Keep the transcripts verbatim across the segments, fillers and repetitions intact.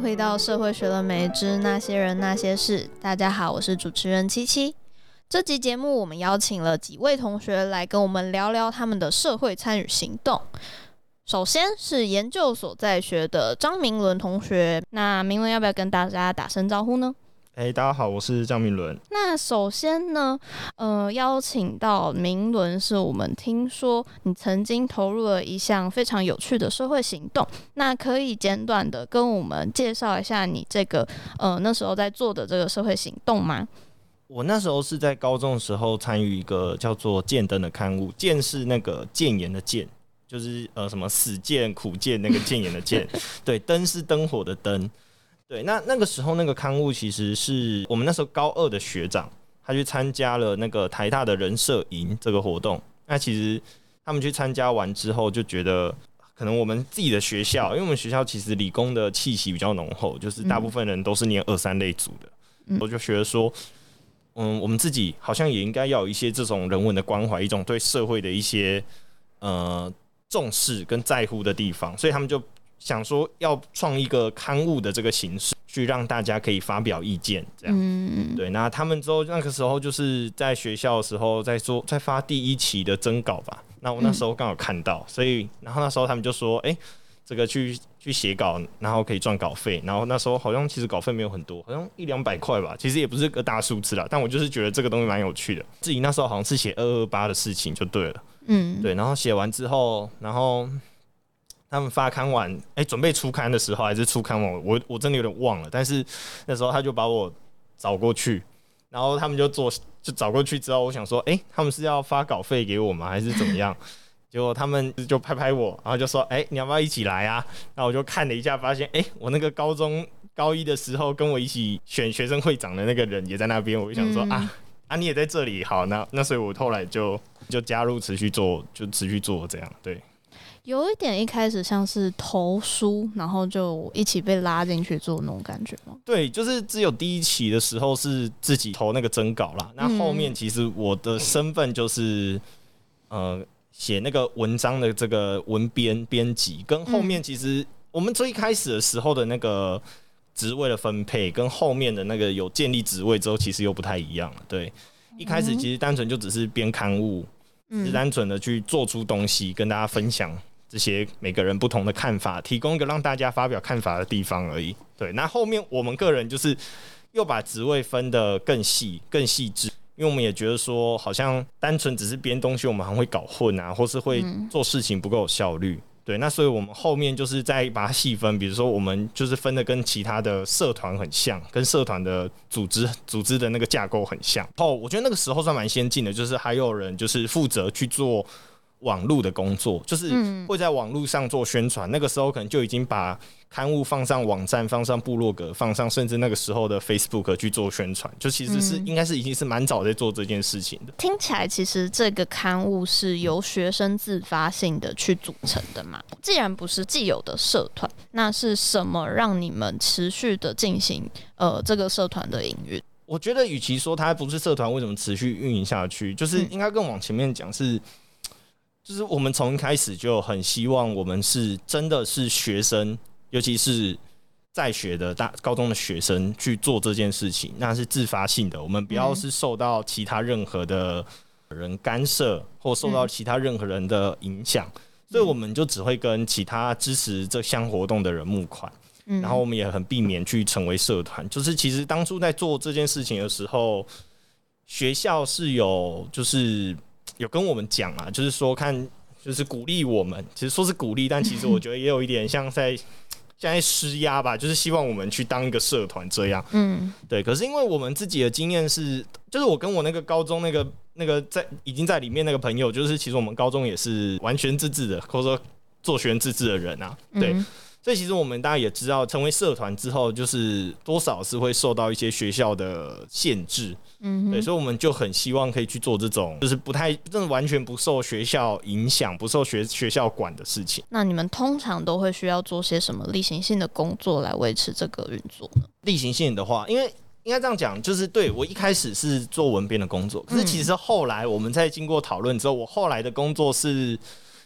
迎回到社会学了没之那些人那些事。大家好，我是主持人七七。这集节目我们邀请了几位同学来跟我们聊聊他们的社会参与行动。首先是研究所在学的张明伦同学，那明伦要不要跟大家打声招呼呢？ 哎、欸，大家好，我是张明伦。 那首先呢，呃，邀请到明伦，是我们听说你曾经投入了一项非常有趣的社会行动。那可以简短的跟我们介绍一下你这个呃那时候在做的这个社会行动吗？ 我那时候是在高中的时候参与一个叫做剑灯的刊物，剑是那个谏言的剑，就是呃什么死谏苦谏那个谏言的谏，对，灯是灯火的灯。对，那那个时候那个刊物其实是我们那时候高二的学长，他去参加了那个台大的人社营这个活动。那其实他们去参加完之后，就觉得可能我们自己的学校，因为我们学校其实理工的气息比较浓厚，就是大部分人都是念二三类组的，嗯、我就觉得说，嗯，我们自己好像也应该要有一些这种人文的关怀，一种对社会的一些呃重视跟在乎的地方，所以他们就想说要创一个刊物的这个形式，去让大家可以发表意见，这样。嗯，对。那他们之后那个时候就是在学校的时候在做，在发第一期的征稿吧。那我那时候刚好看到，所以然后那时候他们就说，哎、欸，这个去去写稿，然后可以赚稿费。然后那时候好像其实稿费没有很多，好像一两百块吧，其实也不是个大数字啦。但我就是觉得这个东西蛮有趣的。自己那时候好像是写二二八的事情就对了。嗯，对。然后写完之后，然后他们发刊完，哎、欸，准备出刊的时候还是出刊完，我我真的有点忘了。但是那时候他就把我找过去，然后他们就做，就找过去之后，我想说，哎、欸，他们是要发稿费给我吗，还是怎么样？结果他们就拍拍我，然后就说，哎、欸，你要不要一起来啊？然后我就看了一下，发现，哎、欸，我那个高中高一的时候跟我一起选学生会长的那个人也在那边，我就想说、嗯、啊啊，你也在这里，好，那那所以我后来就就加入，持续做，就持续做这样，对。 有一点一开始像是投书，然后就一起被拉进去做那种感觉吗？ 对，就是只有第一期的时候是自己投那个征稿啦。那后面其实我的身份就是呃写那个文章的这个文编编辑，跟后面其实我们最一开始的时候的那个职位的分配，跟后面的那个有建立职位之后，其实又不太一样了。对，一开始其实单纯就只是编刊物，只是单纯的去做出东西跟大家分享。这些每个人不同的看法，提供一个让大家发表看法的地方而已。对，那后面我们个人就是又把职位分得更细、更细致，因为我们也觉得说，好像单纯只是编东西，我们还会搞混啊，或是会做事情不够有效率。对，那所以我们后面就是再把它细分，比如说我们就是分的跟其他的社团很像，跟社团的组织组织的那个架构很像。后我觉得那个时候算蛮先进的，就是还有人就是负责去做网路的工作，就是会在网路上做宣传、嗯。那个时候可能就已经把刊物放上网站、放上部落格、放上甚至那个时候的 Facebook 去做宣传，就其实是、嗯、应该是已经是蛮早在做这件事情的。 听起来其实这个刊物是由学生自发性的去组成的嘛？既然不是既有的社团，那是什么让你们持续的进行呃这个社团的营运？ 我觉得与其说它不是社团，为什么持续运营下去，就是应该更往前面讲是。就是我们从一开始就很希望我们是真的是学生，尤其是在学的大高中的学生去做这件事情，那是自发性的，我们不要是受到其他任何的人干涉，或受到其他任何人的影响、嗯，所以我们就只会跟其他支持这项活动的人募款、嗯，然后我们也很避免去成为社团。就是其实当初在做这件事情的时候，学校是有就是有跟我们讲啊，就是说看，就是鼓励我们。其实说是鼓励，但其实我觉得也有一点像在现在施压吧，就是希望我们去当一个社团这样。嗯，对。可是因为我们自己的经验是，就是我跟我那个高中那个那个在已经在里面那个朋友，就是其实我们高中也是完全自治的，或者说做学生自治的人啊，对。嗯，所以其实我们大家也知道，成为社团之后，就是多少是会受到一些学校的限制，嗯，对，所以我们就很希望可以去做这种，就是不太真的完全不受学校影响、不受学学校管的事情。 那你们通常都会需要做些什么例行性的工作来维持这个运作呢？ 例行性的话，因为应该这样讲，就是对我一开始是做文编的工作，可是其实后来我们在经过讨论之后，我后来的工作是。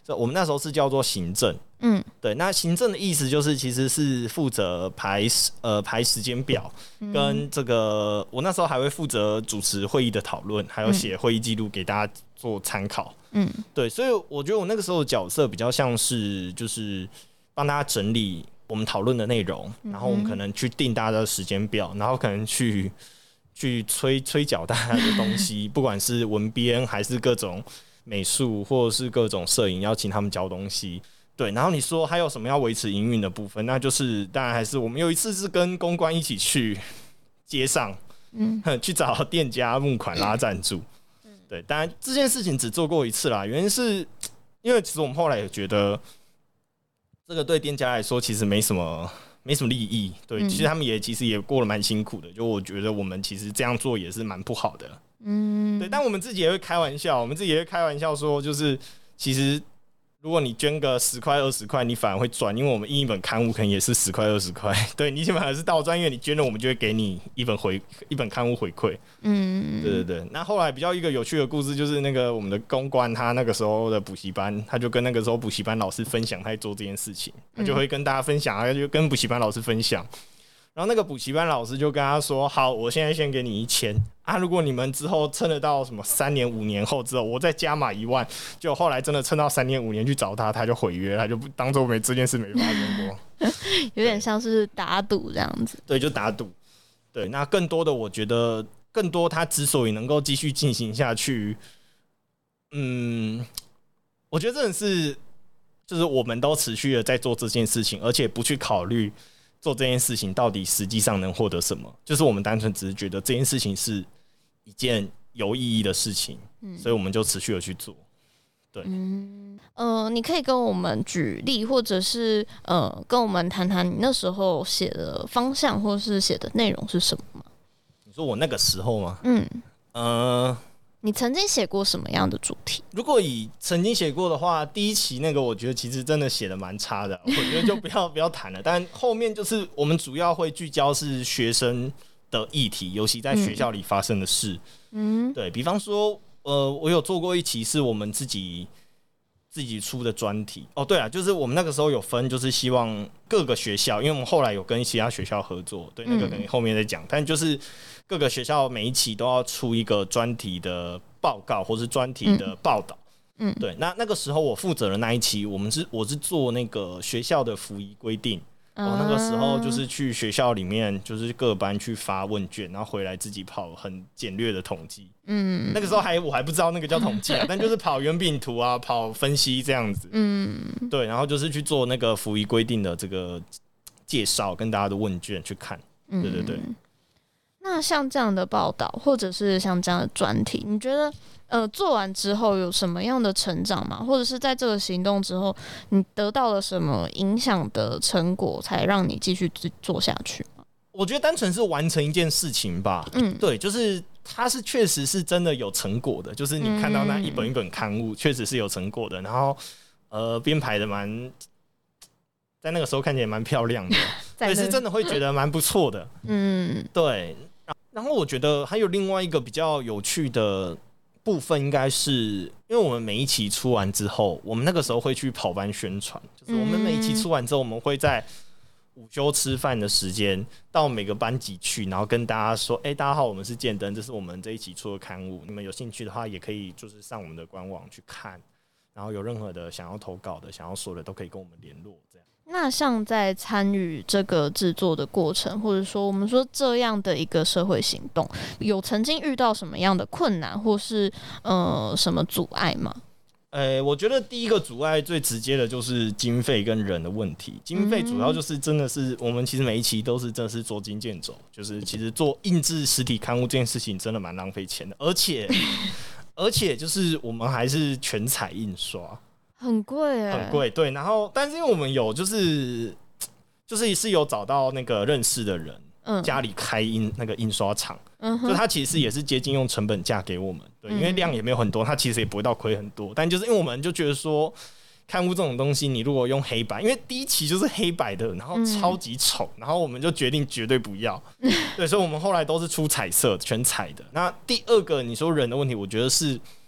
我们那时候是叫做行政，嗯，对。那行政的意思就是其实是负责排呃排时间表，跟这个我那时候还会负责主持会议的讨论，还有写会议记录给大家做参考，嗯，对。所以我觉得我那个时候的角色比较像是就是帮大家整理我们讨论的内容，然后我们可能去定大家的时间表，然后可能去去催催缴大家的东西，不管是文编还是各种美术或者是各种摄影，要请他们交东西。对，然后你说还有什么要维持营运的部分，那就是当然还是我们有一次是跟公关一起去街上，嗯，去找店家募款拉赞助。对，当然这件事情只做过一次啦，原因是因为其实我们后来也觉得。这个对店家来说其实没什么没什么利益，对，嗯、其实他们也其实也过得蛮辛苦的。就我觉得我们其实这样做也是蛮不好的，嗯，对。但我们自己也会开玩笑，我们自己也会开玩笑说，就是其实如果你捐个十块二十块，你反而会赚，因为我们印一本刊物可能也是十块二十块，对，你起码是到专业，你捐了我们就会给你一本回一本刊物回馈，嗯，对对对。那后来比较一个有趣的故事就是那个我们的公关他那个时候的补习班，他就跟那个时候补习班老师分享他在做这件事情，他就会跟大家分享，他就跟补习班老师分享。然后那个补习班老师就跟他说：“好，我现在先给你一千啊，如果你们之后撑得到什么三年五年后之后，我再加码一万。”就后来真的撑到三年五年去找他，他就毁约，他就当做没这件事没发生过， 有点像是打赌这样子。 对，就打赌。对，那更多的我觉得，更多他之所以能够继续进行下去，嗯，我觉得真的是，就是我们都持续的在做这件事情，而且不去考虑。做这件事情到底实际上能获得什么？就是我们单纯只是觉得这件事情是一件有意义的事情，嗯、所以我们就持续的去做。对， 嗯，呃，你可以跟我们举例，或者是呃，跟我们谈谈你那时候写的方向，或是写的内容是什么吗？ 你说我那个时候吗？嗯，呃。 你曾经写过什么样的主题？ 如果以曾经写过的话，第一期那个我觉得其实真的写的蛮差的，我觉得就不要不要谈了。但后面就是我们主要会聚焦是学生的议题，尤其在学校里发生的事。嗯，对，比方说，呃，我有做过一期是我们自己自己出的专题。哦，对了，就是我们那个时候有分，就是希望各个学校，因为我们后来有跟其他学校合作，对，那个可能后面再讲，但就是。各个学校每一期都要出一个专题的报告或是专题的报道，嗯，对。那那个时候我负责的那一期，我们是我是做那个学校的服仪规定，我、啊、那个时候就是去学校里面，就是各班去发问卷，然后回来自己跑很简略的统计，嗯，那个时候还我还不知道那个叫统计啊，但就是跑圆饼图啊，跑分析这样子，嗯，对，然后就是去做那个服仪规定的这个介绍，跟大家的问卷去看，对对对。嗯， 那像这样的报道，或者是像这样的专题，你觉得呃做完之后有什么样的成长吗？或者是在这个行动之后，你得到了什么影响的成果，才让你继续做下去吗？ 我觉得单纯是完成一件事情吧，嗯，对，就是它是确实是真的有成果的，就是你看到那一本一本刊物，确实是有成果的，然后呃编排的蛮。在那个时候看起来蛮漂亮的，对，是真的会觉得蛮不错的。嗯，对。然后我觉得还有另外一个比较有趣的部分，应该是因为我们每一期出完之后，我们那个时候会去跑班宣传，就是我们每一期出完之后，我们会在午休吃饭的时间到每个班级去，然后跟大家说：“哎、欸，大家好，我们是建登，这是我们这一期出的刊物，你们有兴趣的话，也可以就是上我们的官网去看。然后有任何的想要投稿的、想要说的，都可以跟我们联络。”这样。 那像在参与这个制作的过程，或者说我们说这样的一个社会行动，有曾经遇到什么样的困难，或是呃什么阻碍吗？ 呃，我觉得第一个阻碍最直接的就是经费跟人的问题。经费主要就是真的是我们其实每一期都是真的是捉襟见肘，就是其实做印制实体刊物这件事情真的蛮浪费钱的，而且而且就是我们还是全彩印刷。 很贵哎， 很贵，对。然后，但是因为我们有就是就是是有找到那个认识的人，嗯，家里开印那个印刷厂，嗯，就他其实也是接近用成本价给我们，对，因为量也没有很多，他其实也不会到亏很多。但就是因为我们就觉得说，刊物这种东西，你如果用黑白，因为第一期就是黑白的，然后超级丑，然后我们就决定绝对不要，对，所以我们后来都是出彩色，全彩的。那第二个你说人的问题，我觉得是。因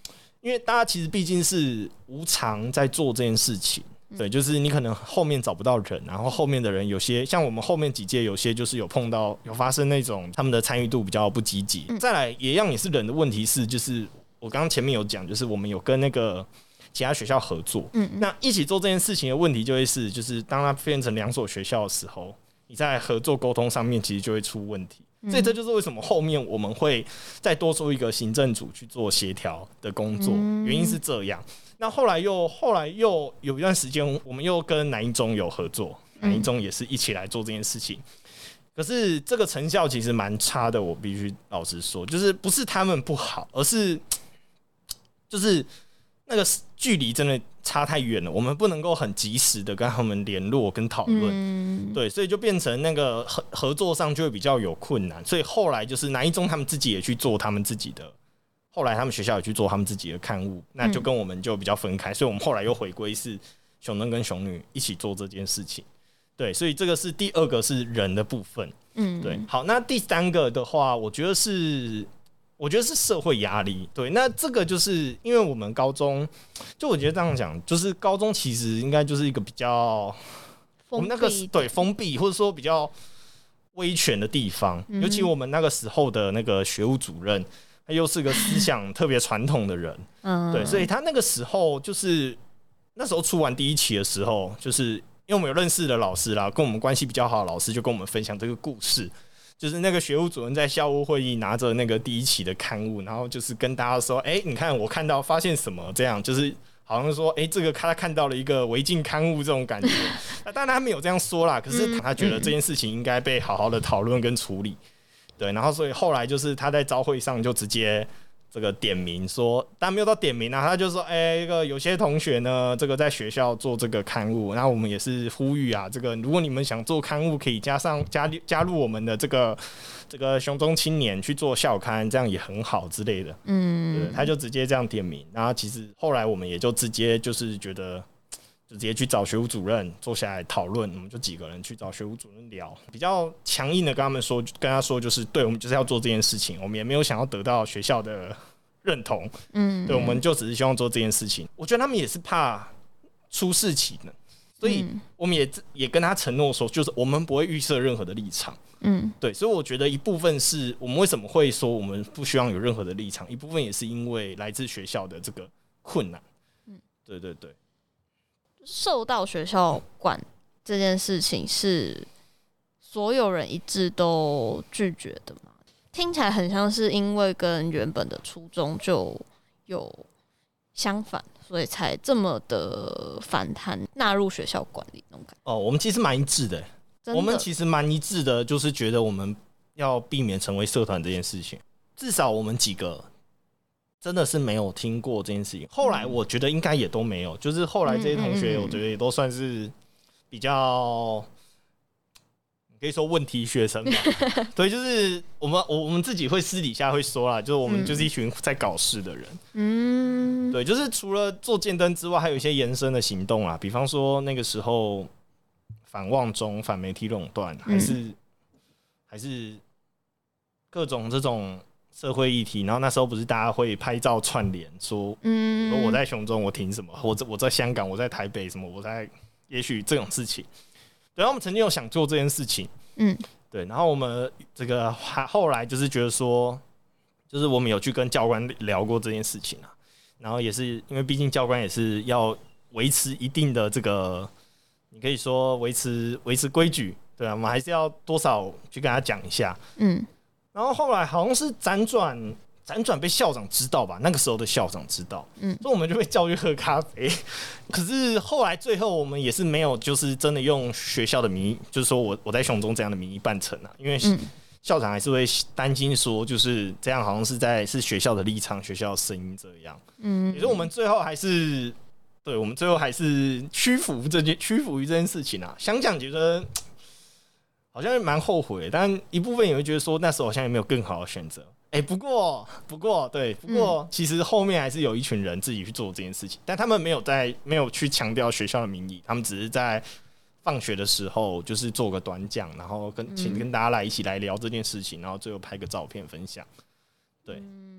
因为大家其实毕竟是无偿在做这件事情。对，就是你可能后面找不到人，然后后面的人有些像我们后面几届有些就是有碰到有发生那种他们的参与度比较不积极。再来也一样也是人的问题是，就是我刚刚前面有讲，就是我们有跟那个其他学校合作，嗯，那一起做这件事情的问题就会是，就是当它变成两所学校的时候，你在合作沟通上面其实就会出问题。所以这就是为什么后面我们会再多出一个行政组去做协调的工作，原因是这样。那后来又后来又有一段时间，我们又跟南一中有合作，南一中也是一起来做这件事情。可是这个成效其实蛮差的，我必须老实说，就是不是他们不好，而是就是那个距离真的差太远了，我们不能够很及时的跟他们联络跟讨论，嗯，对，所以就变成那个合合作上就会比较有困难。所以后来就是南一中他们自己也去做他们自己的。后来他们学校也去做他们自己的刊物，那就跟我们就比较分开，所以我们后来又回归是雄灯跟雄女一起做这件事情。对，所以这个是第二个是人的部分。嗯，对。好，那第三个的话，我觉得是我觉得是社会压力。对，那这个就是因为我们高中，就我觉得这样讲，就是高中其实应该就是一个比较我们那个对封闭或者说比较威权的地方，嗯，尤其我们那个时候的那个学务主任。他又是个思想特别传统的人，嗯，对，所以他那个时候就是那时候出完第一期的时候，就是因为我们有认识的老师啦，跟我们关系比较好的老师就跟我们分享这个故事，就是那个学务主任在校务会议拿着那个第一期的刊物，然后就是跟大家说，哎，欸，你看我看到发现什么，这样就是好像说，哎，欸，这个他看到了一个违禁刊物这种感觉。那当然他没有这样说啦，可是他觉得这件事情应该被好好的讨论跟处理。对，然后所以后来就是他在朝会上就直接这个点名说，但没有到点名啊，他就说，哎，欸，这个有些同学呢，这个在学校做这个刊物，然后我们也是呼吁啊，这个如果你们想做刊物，可以加上加加入我们的这个这个雄中青年去做校刊，这样也很好之类的。嗯，对，他就直接这样点名，然后其实后来我们也就直接就是觉得。就直接去找学务主任坐下来讨论，我们就几个人去找学务主任聊，比较强硬的跟他们说，跟他说就是对，我们就是要做这件事情，我们也没有想要得到学校的认同，嗯，对，我们就只是希望做这件事情。我觉得他们也是怕出事情的，所以我们也也跟他承诺说，就是我们不会预设任何的立场，嗯，对，所以我觉得一部分是我们为什么会说我们不希望有任何的立场，一部分也是因为来自学校的这个困难，嗯，对对对。 受到学校管这件事情是所有人一致都拒绝的吗？听起来很像是因为跟原本的初衷就有相反，所以才这么的反弹纳入学校管理那种感觉。 哦，我们其实蛮一致的，的我们其实蛮一致的，就是觉得我们要避免成为社团这件事情，至少我们几个。真的是没有听过这件事情，后来我觉得应该也都没有，就是后来这些同学，我觉得也都算是比较，可以说问题学生吧。对，就是我们我我们自己会私底下会说啦，就是我们就是一群在搞事的人。嗯，对，就是除了做建灯之外，还有一些延伸的行动啦，比方说那个时候反旺中、反媒体垄断，还是、嗯、还是各种这种。社会议题，然后那时候不是大家会拍照串联说，嗯，说我在雄中我挺什么，我在我在香港我在台北什么，我在也许这种事情，对，然后我们曾经有想做这件事情，嗯，对，然后我们这个后来就是觉得说，就是我们有去跟教官聊过这件事情啊，然后也是因为毕竟教官也是要维持一定的这个，你可以说维持维持规矩，对啊，我们还是要多少去跟他讲一下，嗯。然后后来好像是辗转辗转被校长知道吧，那个时候的校长知道，嗯，所以我们就被叫去喝咖啡。可是后来最后我们也是没有，就是真的用学校的名义，就是说我我在雄中这样的名义办成啊，因为校长还是会担心说，就是这样好像是在是学校的立场、学校的声音这样，嗯，也是我们最后还是对我们最后还是屈服这件屈服于这件事情啊，想想觉得。好像蛮后悔，但一部分也会觉得说那时候好像也没有更好的选择。哎、欸，不过不过对，不过其实后面还是有一群人自己去做这件事情，但他们没有在没有去强调学校的名义，他们只是在放学的时候就是做个短讲，然后跟请跟大家来一起来聊这件事情，然后最后拍个照片分享。对， 嗯，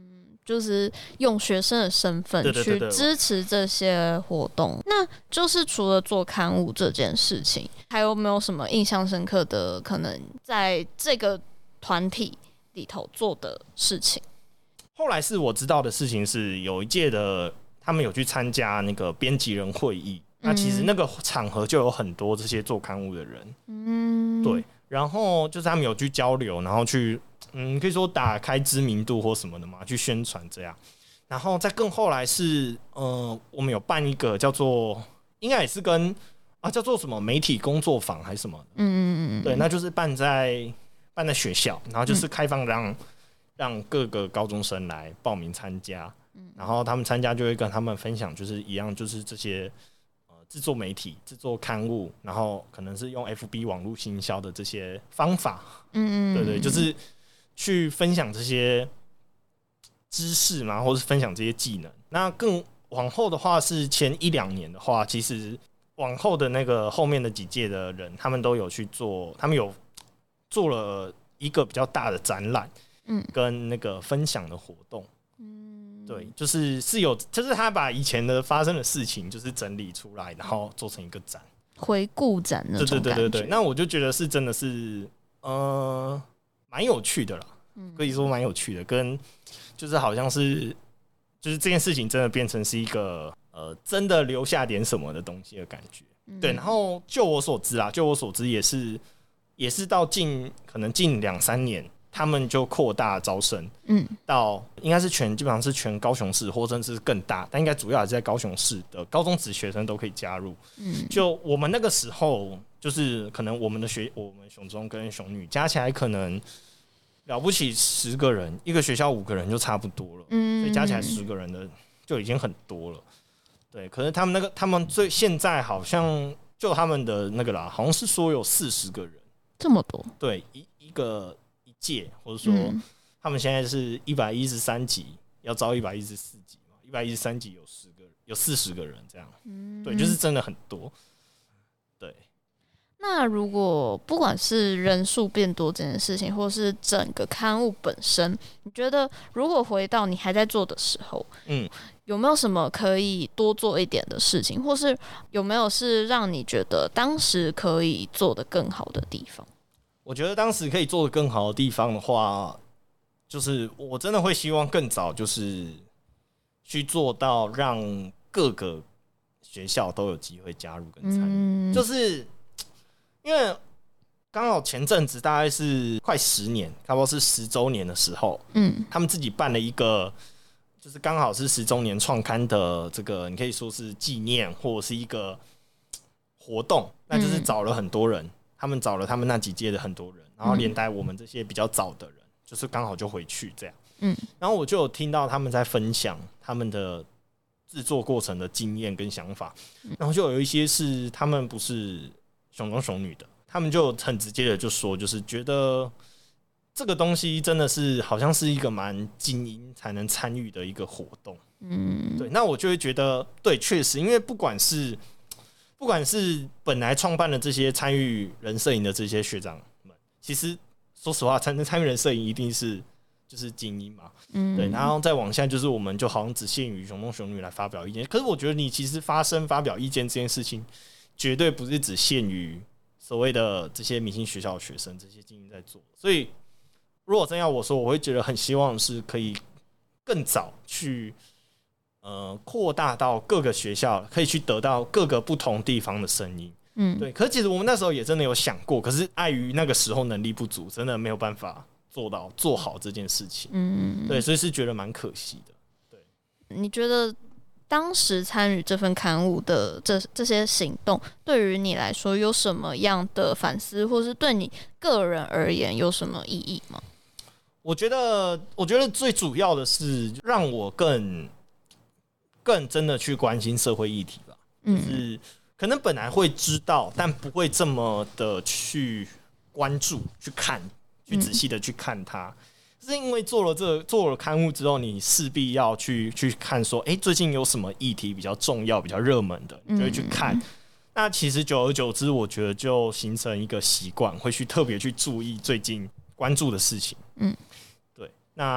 就是用学生的身份去支持这些活动。那就是除了做刊物这件事情，还有没有什么印象深刻的可能在这个团体里头做的事情？ 后来是我知道的事情是，有一届的他们有去参加那个编辑人会议，嗯、那其实那个场合就有很多这些做刊物的人，嗯，对，然后就是他们有去交流，然后去嗯，可以说打开知名度或什么的嘛，去宣传这样。然后再更后来是呃，我们有办一个叫做，应该也是跟啊叫做什么媒体工作坊还是什么的，嗯嗯嗯，对，那就是办在办在学校，然后就是开放让。嗯让各个高中生来报名参加，然后他们参加就会跟他们分享，就是一样，就是这些呃制作媒体、制作刊物，然后可能是用 F B 网络行销的这些方法，嗯嗯，对对，就是去分享这些知识嘛，或是分享这些技能。那更往后的话，是前一两年的话，其实往后的那个后面的几届的人，他们都有去做，他们有做了一个比较大的展览。嗯，跟那个分享的活动，嗯，对，就是是有，就是他把以前的发生的事情，就是整理出来，然后做成一个展， 回顾展那种感觉。 对对对对对，那我就觉得是真的是，呃，蛮有趣的啦，嗯、可以说蛮有趣的，跟就是好像是，就是这件事情真的变成是一个呃，真的留下点什么的东西的感觉。嗯、对，然后就我所知啊，就我所知也是，也是到近可能近两三年。他们就扩大招生，嗯，到应该是全基本上是全高雄市，或者是更大，但应该主要还是在高雄市的高中职学生都可以加入。嗯，就我们那个时候，就是可能我们的学，我们雄中跟雄女加起来可能了不起十个人，一个学校五个人就差不多了，嗯，所以加起来十个人的就已经很多了。对，可是他们那个他们最现在好像就他们的那个啦，好像是说有四十个人， 这么多？ 对，一一个。届或者说他们现在是一百一十三级，要招一百一十四级嘛，一百一十三级有十个有四十个人这样，嗯，对，就是真的很多。对， 那如果不管是人数变多这件事情，或是整个刊物本身，你觉得如果回到你还在做的时候，嗯，有没有什么可以多做一点的事情，或是有没有是让你觉得当时可以做得更好的地方？ 我觉得当时可以做得更好的地方的话，就是我真的会希望更早就是去做到让各个学校都有机会加入跟参与，嗯、就是因为刚好前阵子大概是快十年，差不多是十周年的时候，嗯，他们自己办了一个，就是刚好是十周年创刊的这个，你可以说是纪念或者是一个活动，那就是找了很多人。嗯他们找了他们那几届的很多人，然后连带我们这些比较早的人，嗯、就是刚好就回去这样。嗯，然后我就有听到他们在分享他们的制作过程的经验跟想法，然后就有一些是他们不是雄中雄女的，他们就很直接的就说，就是觉得这个东西真的是好像是一个蛮精英才能参与的一个活动。嗯，对，那我就会觉得，对，确实，因为不管是不管是本来创办的这些参与人摄影的这些学长们，其实说实话，参参与人摄影一定是就是精英嘛，嗯，对，然后再往下就是我们就好像只限于雄中雄女来发表意见，可是我觉得你其实发声发表意见这件事情，绝对不是只限于所谓的这些明星学校的学生，这些精英在做，所以如果真要我说，我会觉得很希望是可以更早去。呃，扩大到各个学校，可以去得到各个不同地方的声音。嗯，对。可是其实我们那时候也真的有想过，可是碍于那个时候能力不足，真的没有办法做到做好这件事情。嗯，对，所以是觉得蛮可惜的。对， 你觉得当时参与这份刊物的这这些行动，对于你来说有什么样的反思，或是对你个人而言有什么意义吗？ 我觉得，我觉得最主要的是让我更。更真的去关心社会议题吧，就是可能本来会知道，但不会这么的去关注、去看、去仔细的去看它。是因为做了这做了刊物之后，你势必要去去看说，哎、欸，最近有什么议题比较重要、比较热门的，你就会去看。嗯、那其实久而久之，我觉得就形成一个习惯，会去特别去注意最近关注的事情。嗯，对。那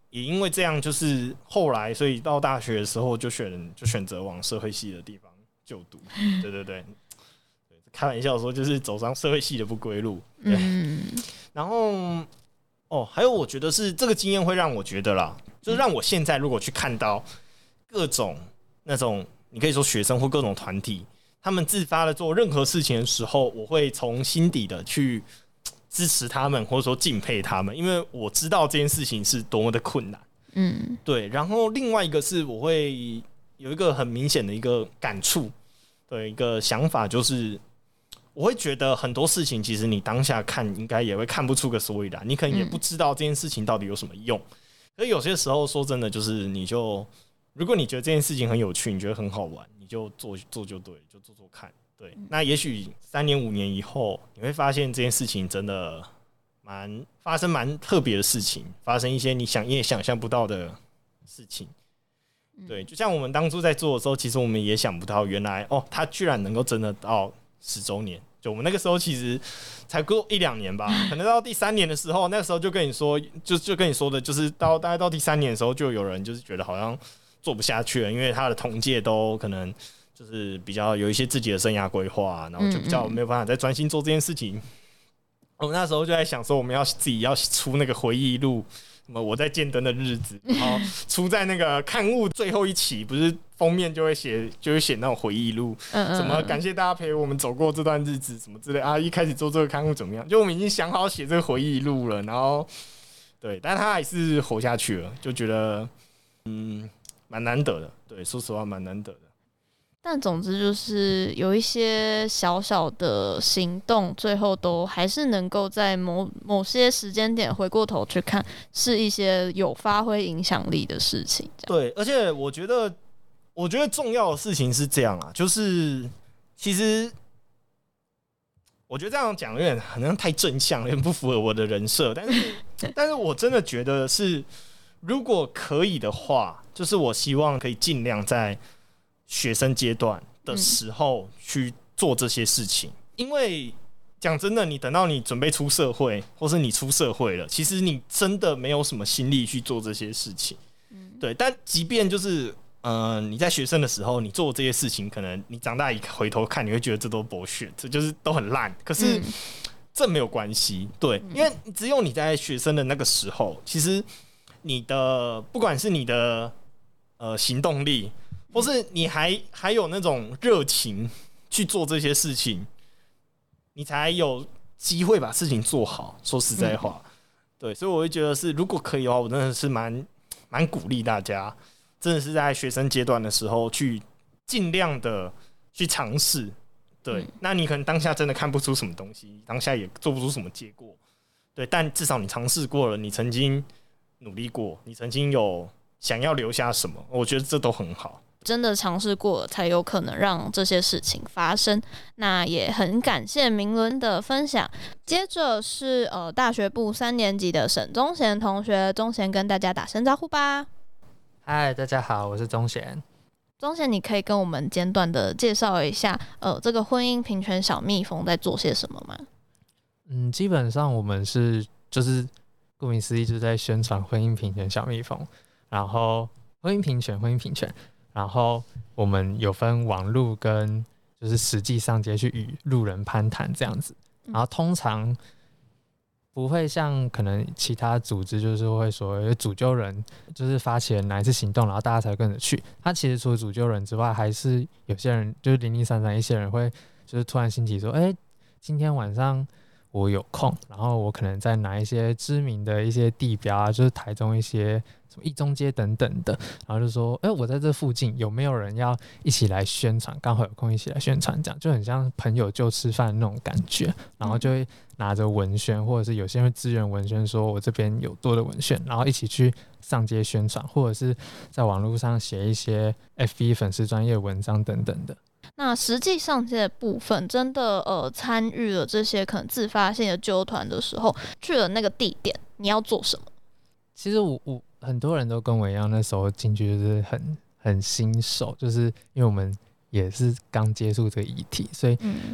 也因为这样，就是后来，所以到大学的时候就选就选择往社会系的地方就读。对对对，开玩笑说就是走上社会系的不归路。对，嗯、然后哦，还有我觉得是这个经验会让我觉得啦，就是让我现在如果去看到各种那种你可以说学生或各种团体，他们自发的做任何事情的时候，我会从心底的去支持他们，或者说敬佩他们，因为我知道这件事情是多么的困难。嗯，对。然后另外一个是我会有一个很明显的一个感触，对，一个想法就是，我会觉得很多事情其实你当下看应该也会看不出个所以然，你可能也不知道这件事情到底有什么用。可是有些时候说真的，就是你就如果你觉得这件事情很有趣，你觉得很好玩，你就做做就对，就做做看。对，那也许三年五年以后，你会发现这件事情真的蛮发生蛮特别的事情，发生一些你想也想象不到的事情。对，就像我们当初在做的时候，其实我们也想不到，原来哦，它居然能够真的到十周年。就我们那个时候其实才过一两年吧，可能到第三年的时候，那个时候就跟你说，就就跟你说的，就是到大概到第三年的时候，就有人就是觉得好像做不下去了，因为他的同届都可能。就是比较有一些自己的生涯规划，然后就比较没有办法再专心做这件事情。嗯嗯我们那时候就在想说，我们要自己要出那个回忆录，什么我在建灯的日子，然后出在那个刊物最后一期，不是封面就会写就会写那种回忆录，什么感谢大家陪我们走过这段日子，什么之类啊。一开始做这个刊物怎么样？就我们已经想好写这个回忆录了，然后对，但他还是活下去了，就觉得嗯蛮难得的。对，说实话蛮难得的。 但总之就是有一些小小的行动，最后都还是能够在某某些时间点回过头去看，是一些有发挥影响力的事情。 对，而且我觉得，我觉得重要的事情是这样啊，就是其实我觉得这样讲有点好像太正向，有点不符合我的人设，但是但是我真的觉得是，如果可以的话，就是我希望可以尽量在学生阶段的时候去做这些事情，嗯、因为讲真的，你等到你准备出社会，或是你出社会了，其实你真的没有什么心力去做这些事情。嗯、对，但即便就是呃你在学生的时候，你做这些事情，可能你长大一回头看，你会觉得这都 bullshit， 这就是都很烂。可是、嗯、这没有关系，对，因为只有你在学生的那个时候，其实你的不管是你的呃行动力。或是你还还有那种热情去做这些事情，你才有机会把事情做好。说实在话，嗯、对，所以我会觉得是，如果可以的话，我真的是蛮蛮鼓励大家，真的是在学生阶段的时候去尽量的去尝试。对，嗯、那你可能当下真的看不出什么东西，当下也做不出什么结果，对，但至少你尝试过了，你曾经努力过，你曾经有想要留下什么，我觉得这都很好。 真的尝试过了，才有可能让这些事情发生。那也很感谢明伦的分享。接着是呃大学部三年级的沈宗贤同学，宗贤跟大家打声招呼吧。 嗨，大家好，我是宗贤。 宗贤，你可以跟我们简短的介绍一下，呃，这个婚姻平权小蜜蜂在做些什么吗？ 嗯，基本上我们是就是顾名思义，就是在宣传婚姻平权小蜜蜂，然后婚姻平权，婚姻平权。然后我们有分网路跟就是实际上街去与路人攀谈这样子，然后通常不会像可能其他组织就是会说有主揪人就是发起了哪一次行动，然后大家才跟着去。他其实除了主揪人之外，还是有些人就是零零散散一些人会就是突然兴起说，哎，今天晚上我有空，然后我可能在哪一些知名的一些地标啊，就是台中一些什么一中街等等的，然后就说，哎、欸，我在这附近有没有人要一起来宣传？刚好有空一起来宣传，这样就很像朋友就吃饭的那种感觉。然后就会拿着文宣，或者是有些人会支援文宣，说我这边有多的文宣，然后一起去上街宣传，或者是在网络上写一些 F B 粉丝专页文章等等的。 那实际上这些部分真的呃参与了这些可能自发性的纠团的时候，去了那个地点，你要做什么？ 其实我我很多人都跟我一样，那时候进去就是很很新手，就是因为我们也是刚接触这个议题，所以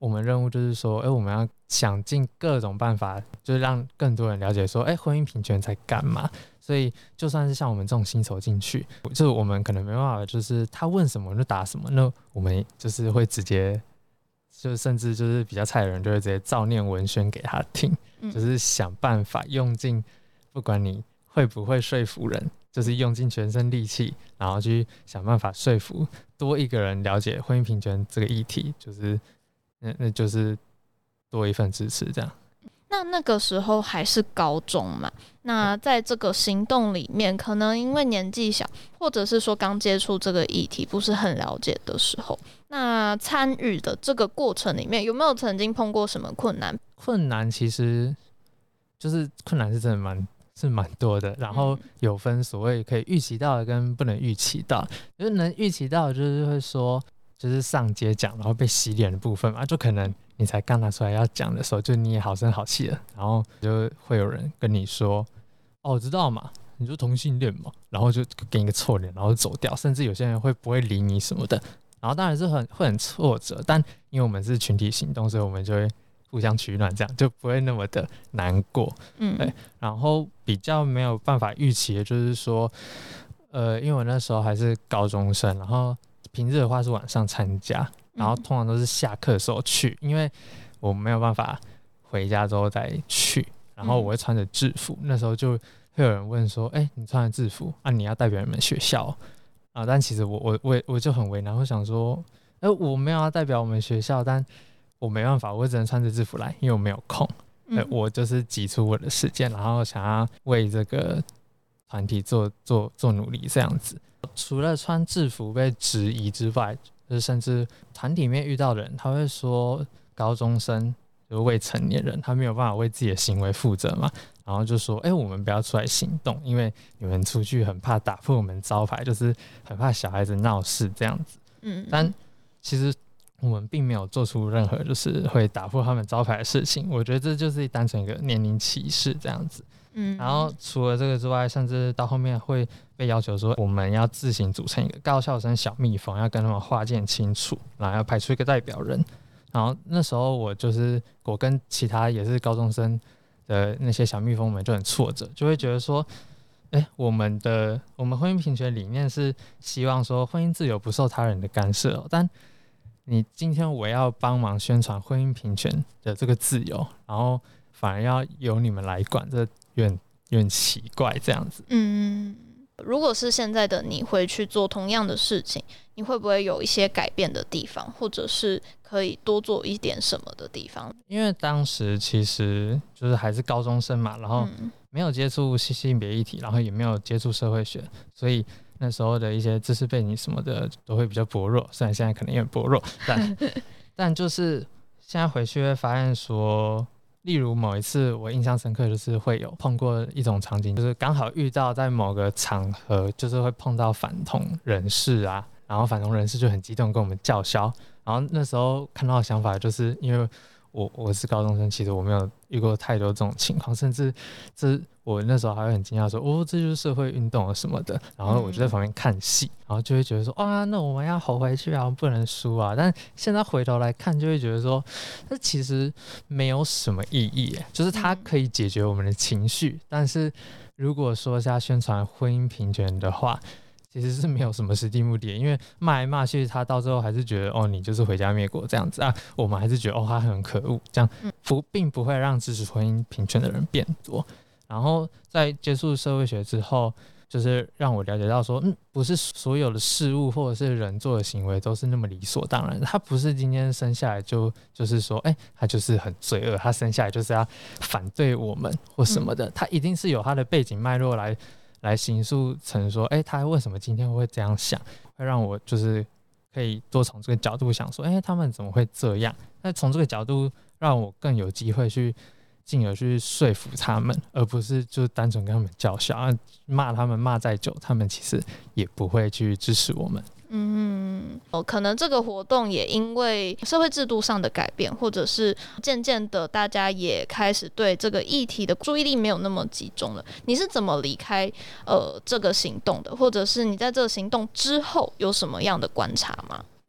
我们任务就是说，哎、欸，我们要想尽各种办法，就是让更多人了解说，哎、欸，婚姻平权在干嘛。所以就算是像我们这种新手进去，就是我们可能没办法，就是他问什么就答什么，那我们就是会直接，就甚至就是比较菜的人就会直接照念文宣给他听，嗯、就是想办法用尽，不管你会不会说服人，就是用尽全身力气，然后去想办法说服多一个人了解婚姻平权这个议题，就是那那就是多一份支持这样。 那那个时候还是高中嘛，那在这个行动里面，可能因为年纪小，或者是说刚接触这个议题不是很了解的时候，那参与的这个过程里面，有没有曾经碰过什么困难？ 困难其实就是困难是真的蛮是蛮多的，然后有分所谓可以预期到的跟不能预期到，就是能预期到的就是会说，就是上街讲然后被洗脸的部分嘛，就可能你才刚拿出来要讲的时候，就你也好声好气了，然后就会有人跟你说，哦，我知道嘛，你就同性恋嘛，然后就给你一个臭脸，然后就走掉，甚至有些人会不会理你什么的，然后当然是很会很挫折，但因为我们是群体行动，所以我们就会互相取暖，这样就不会那么的难过。嗯，对。然后比较没有办法预期的就是说，呃，因为我那时候还是高中生，然后平日的话是晚上参加。然后通常都是下课的时候去，因为我没有办法回家之后再去，然后我会穿着制服，嗯、那时候就会有人问说：“哎、欸，你穿着制服啊，你要代表你们学校啊？”但其实我我我我就很为难，我想说：“哎、欸，我没有要代表我们学校，但我没办法，我只能穿着制服来，因为我没有空。嗯”我就是挤出我的时间，然后想要为这个团体做做做努力这样子。除了穿制服被质疑之外，就是甚至团体里面遇到的人，他会说高中生就是未成年人，他没有办法为自己的行为负责嘛，然后就说，哎、欸，我们不要出来行动，因为你们出去很怕打破我们招牌，就是很怕小孩子闹事这样子。嗯，但其实我们并没有做出任何就是会打破他们招牌的事情，我觉得这就是单纯一个年龄歧视这样子。嗯，然后除了这个之外，甚至到后面会被要求说，我们要自行组成一个高校生小蜜蜂，要跟他们划界清楚，然后要派出一个代表人。然后那时候我就是我跟其他也是高中生的那些小蜜蜂们就很挫折，就会觉得说，哎，我们的我们婚姻平权理念是希望说婚姻自由不受他人的干涉、哦，但你今天我要帮忙宣传婚姻平权的这个自由，然后反而要由你们来管，这有点有点奇怪这样子。 嗯，如果是现在的你回去做同样的事情，你会不会有一些改变的地方，或者是可以多做一点什么的地方？ 因为当时其实就是还是高中生嘛，然后没有接触性别议题，然后也没有接触社会学，所以那时候的一些知识背景什么的都会比较薄弱，虽然现在可能也很薄弱，但但就是现在回去会发现说，例如某一次我印象深刻，就是会有碰过一种场景，就是刚好遇到在某个场合，就是会碰到反同人士啊，然后反同人士就很激动跟我们叫嚣，然后那时候看到的想法就是因为我我是高中生，其实我没有遇过太多这种情况，甚至这我那时候还会很惊讶说，哦，这就是社会运动什么的，然后我就在旁边看戏，然后就会觉得说，啊，那我们要吼回去啊，不能输啊。但现在回头来看，就会觉得说，这其实没有什么意义，就是它可以解决我们的情绪，但是如果说是要宣传婚姻平权的话，其实是没有什么实际目的的，因为骂来骂去，他到最后还是觉得哦，你就是毁家灭国这样子啊，我们还是觉得哦，他很可恶，这样不并不会让支持婚姻平权的人变多。然后在接触社会学之后，就是让我了解到说，嗯，不是所有的事物或者是人做的行为都是那么理所当然，他不是今天生下来就就是说，哎、欸，他就是很罪恶，他生下来就是要反对我们或什么的，他一定是有他的背景脉络来。来形塑成说，哎、欸，他为什么今天会这样想，会让我就是可以多从这个角度想说，哎、欸，他们怎么会这样？那从这个角度让我更有机会去，进而去说服他们，而不是就单纯跟他们叫嚣，骂他们骂再久，他们其实也不会去支持我们。 嗯，哦，可能这个活动也因为社会制度上的改变，或者是渐渐的大家也开始对这个议题的注意力没有那么集中了。你是怎么离开呃这个行动的？或者是你在这个行动之后有什么样的观察吗？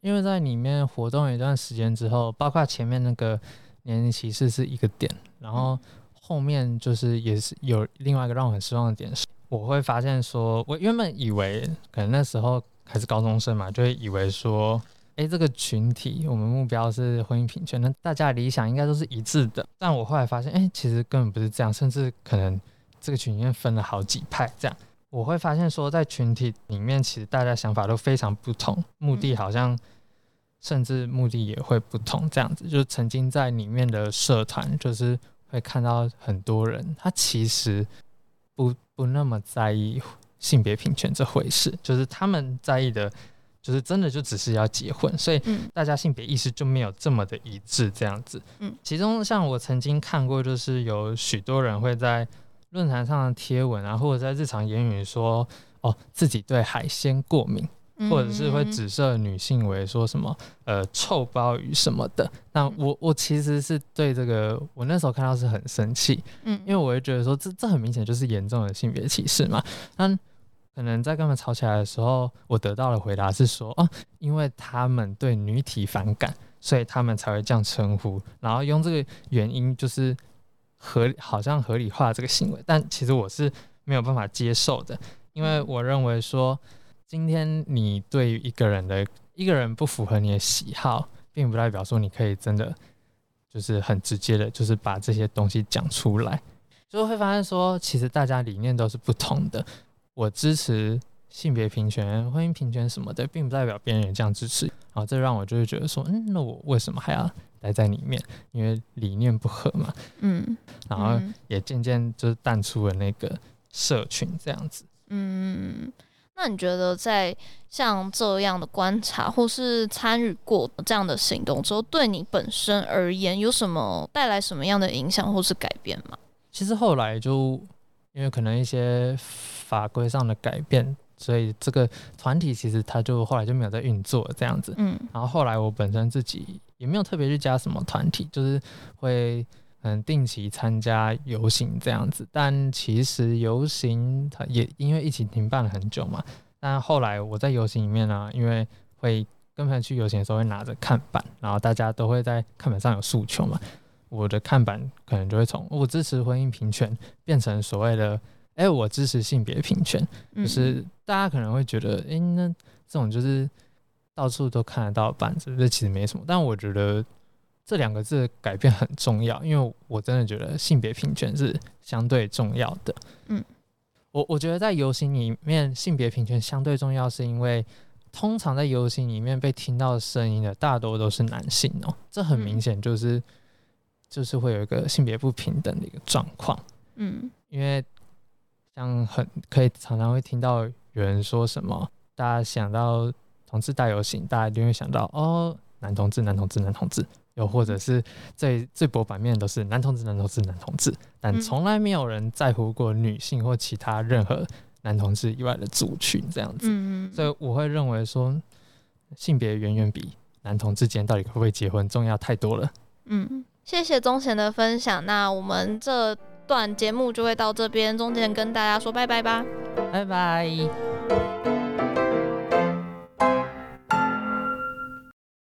因为在里面活动一段时间之后，包括前面那个年龄歧视是一个点，然后后面就是也是有另外一个让我很失望的点是，我会发现说，我原本以为可能那时候还是高中生嘛，就会以为说，哎，这个群体我们目标是婚姻平权，那大家的理想应该都是一致的。但我后来发现，哎，其实根本不是这样，甚至可能这个群里面分了好几派这样。我会发现说，在群体里面，其实大家想法都非常不同，目的好像甚至目的也会不同。这样子，就是曾经在里面的社团，就是会看到很多人，他其实不不那么在意性别平权这回事，就是他们在意的，就是真的就只是要结婚，所以大家性别意识就没有这么的一致。这样子，嗯，其中像我曾经看过，就是有许多人会在论坛上的贴文啊，或者在日常言语说，哦，自己对海鲜过敏，或者是会指涉女性为说什么呃臭鲍鱼什么的。那我我其实是对这个，我那时候看到是很生气，嗯，因为我会觉得说这这很明显就是严重的性别歧视嘛。但可能在跟他们吵起来的时候，我得到的回答是说，哦，因为他们对女体反感，所以他们才会这样称呼，然后用这个原因就是合好像合理化这个行为，但其实我是没有办法接受的，因为我认为说，今天你对于一个人的一个人不符合你的喜好，并不代表说你可以真的就是很直接的，就是把这些东西讲出来，就会发现说，其实大家理念都是不同的。我支持性别平权、婚姻平权什么的，并不代表别人也这样支持。然后这让我就会觉得说，嗯，那我为什么还要待在里面？因为理念不合嘛。嗯，然后也渐渐就是淡出了那个社群这样子。 嗯，那你觉得在像这样的观察或是参与过这样的行动之后，对你本身而言有什么带来什么样的影响或是改变吗？ 其实后来就因为可能一些法规上的改变，所以这个团体其实它就后来就没有在运作这样子。嗯，然后后来我本身自己也没有特别去加什么团体，就是会嗯定期参加游行这样子。但其实游行它也因为疫情停办了很久嘛，但后来我在游行里面呢、啊，因为会跟朋友去游行的时候会拿着看板，然后大家都会在看板上有诉求嘛。我的看板可能就会从我支持婚姻平权变成所谓的哎、欸，我支持性别平权，就是大家可能会觉得哎、欸，那这种就是到处都看得到的板子，这其实没什么。但我觉得这两个字的改变很重要，因为我真的觉得性别平权是相对重要的。嗯，我我觉得在游行里面性别平权相对重要，是因为通常在游行里面被听到的声音的大多都是男性哦、喔，这很明显就是。就是会有一个性别不平等的一个状况，嗯，因为像很可以常常会听到有人说什么，大家想到同志大游行，大家一定会想到哦，男同志、男同志、男同志，又或者是最最薄版面都是男同志、男同志、男同志，但从来没有人在乎过女性或其他任何男同志以外的族群这样子，嗯，所以我会认为说，性别远远比男同志间到底可不可以结婚重要太多了， 嗯。谢谢宗贤的分享，那我们这段节目就会到这边，宗贤跟大家说拜拜吧， 拜拜。